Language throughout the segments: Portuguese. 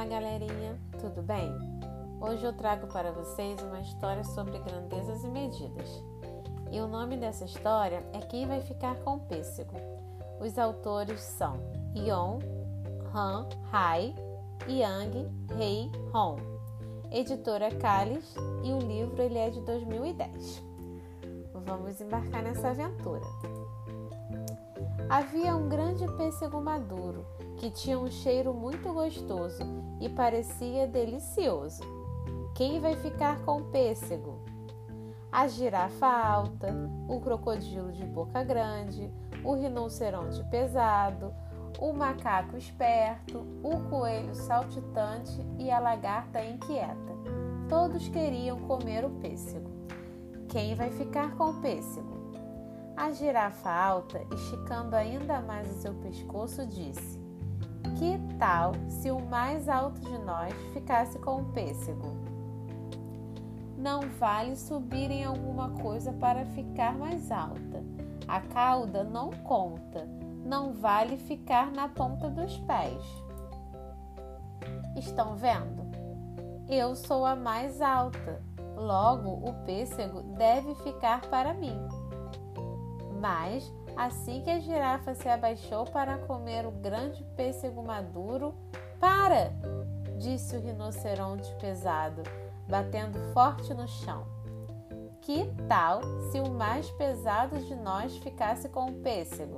Olá, galerinha, tudo bem? Hoje eu trago para vocês uma história sobre grandezas e medidas. E o nome dessa história é Quem Vai Ficar com o Pêssego. Os autores são Yeon Han Hai e Yang Hei Hong. Editora Cáliz, e o livro ele é de 2010. Vamos embarcar nessa aventura. Havia um grande pêssego maduro que tinha um cheiro muito gostoso e parecia delicioso. Quem vai ficar com o pêssego? A girafa alta, o crocodilo de boca grande, o rinoceronte pesado, o macaco esperto, o coelho saltitante e a lagarta inquieta. Todos queriam comer o pêssego. Quem vai ficar com o pêssego? A girafa alta, esticando ainda mais o seu pescoço, disse: "Que tal se o mais alto de nós ficasse com o pêssego? Não vale subir em alguma coisa para ficar mais alta. A cauda não conta. Não vale ficar na ponta dos pés. Estão vendo? Eu sou a mais alta. Logo, o pêssego deve ficar para mim." Mas, assim que a girafa se abaixou para comer o grande pêssego maduro, "Para!" disse o rinoceronte pesado, batendo forte no chão. "Que tal se o mais pesado de nós ficasse com o pêssego?"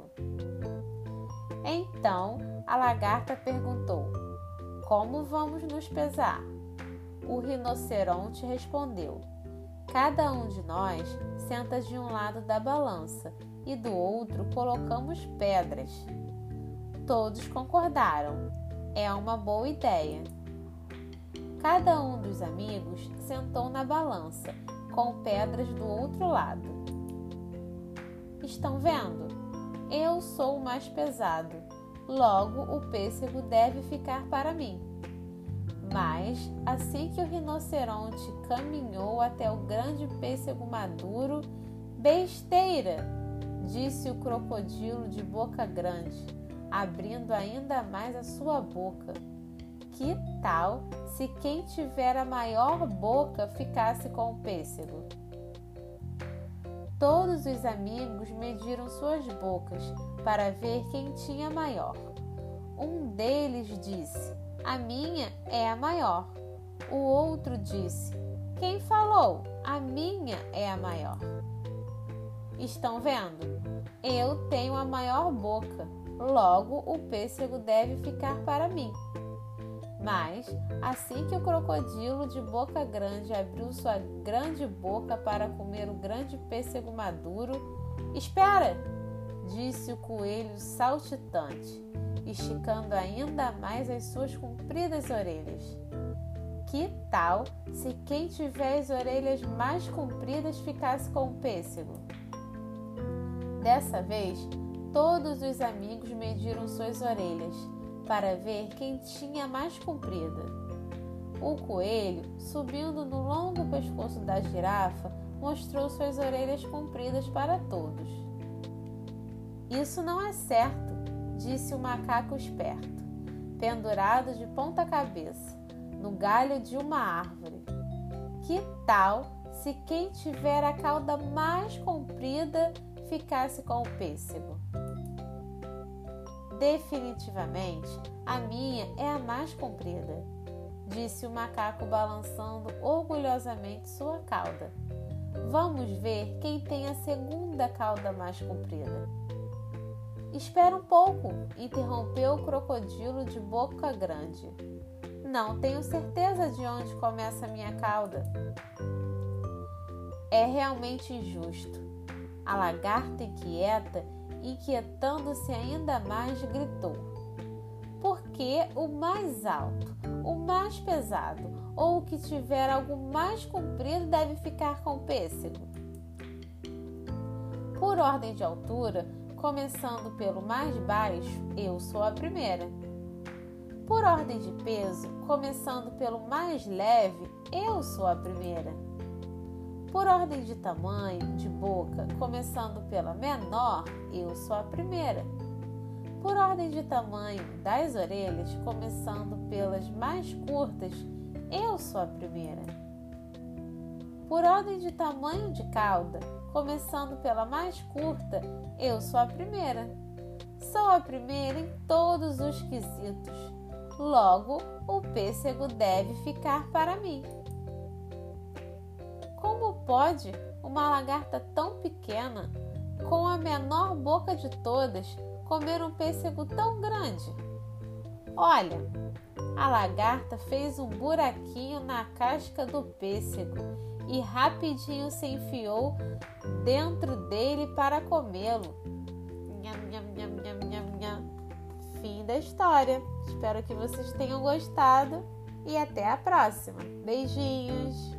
Então, a lagarta perguntou: "Como vamos nos pesar?" O rinoceronte respondeu: "Cada um de nós senta de um lado da balança e do outro colocamos pedras." Todos concordaram. É uma boa ideia. Cada um dos amigos sentou na balança, com pedras do outro lado. Estão vendo? Eu sou o mais pesado. Logo, o pêssego deve ficar para mim. Mas, assim que o rinoceronte caminhou até o grande pêssego maduro, "Besteira!" disse o crocodilo de boca grande, abrindo ainda mais a sua boca. "Que tal se quem tiver a maior boca ficasse com o pêssego?" Todos os amigos mediram suas bocas para ver quem tinha maior. Um deles disse: "A minha é a maior." O outro disse: "Quem falou? A minha é a maior." Estão vendo? Eu tenho a maior boca. Logo, o pêssego deve ficar para mim. Mas, assim que o crocodilo de boca grande abriu sua grande boca para comer o grande pêssego maduro, "Espera!" disse o coelho saltitante, esticando ainda mais as suas compridas orelhas. "Que tal se quem tiver as orelhas mais compridas ficasse com o pêssego?" Dessa vez, todos os amigos mediram suas orelhas para ver quem tinha mais comprida. O coelho, subindo no longo pescoço da girafa, mostrou suas orelhas compridas para todos. "Isso não é certo", disse o macaco esperto, pendurado de ponta cabeça, no galho de uma árvore. "Que tal se quem tiver a cauda mais comprida ficasse com o pêssego?" "Definitivamente, a minha é a mais comprida", disse o macaco balançando orgulhosamente sua cauda. "Vamos ver quem tem a segunda cauda mais comprida." "Espera um pouco", interrompeu o crocodilo de boca grande. "Não tenho certeza de onde começa a minha cauda." "É realmente injusto." A lagarta inquieta, inquietando-se ainda mais, gritou: "Porque o mais alto, o mais pesado ou o que tiver algo mais comprido deve ficar com o pêssego?" Por ordem de altura, começando pelo mais baixo, eu sou a primeira. Por ordem de peso, começando pelo mais leve, eu sou a primeira. Por ordem de tamanho de boca, começando pela menor, eu sou a primeira. Por ordem de tamanho das orelhas, começando pelas mais curtas, eu sou a primeira. Por ordem de tamanho de cauda, começando pela mais curta, eu sou a primeira. Sou a primeira em todos os quesitos. Logo, o pêssego deve ficar para mim. Como pode uma lagarta tão pequena, com a menor boca de todas, comer um pêssego tão grande? Olha, a lagarta fez um buraquinho na casca do pêssego e rapidinho se enfiou dentro dele para comê-lo. Nham, nham, nham, nham, nham, nham. Fim da história. Espero que vocês tenham gostado e até a próxima. Beijinhos!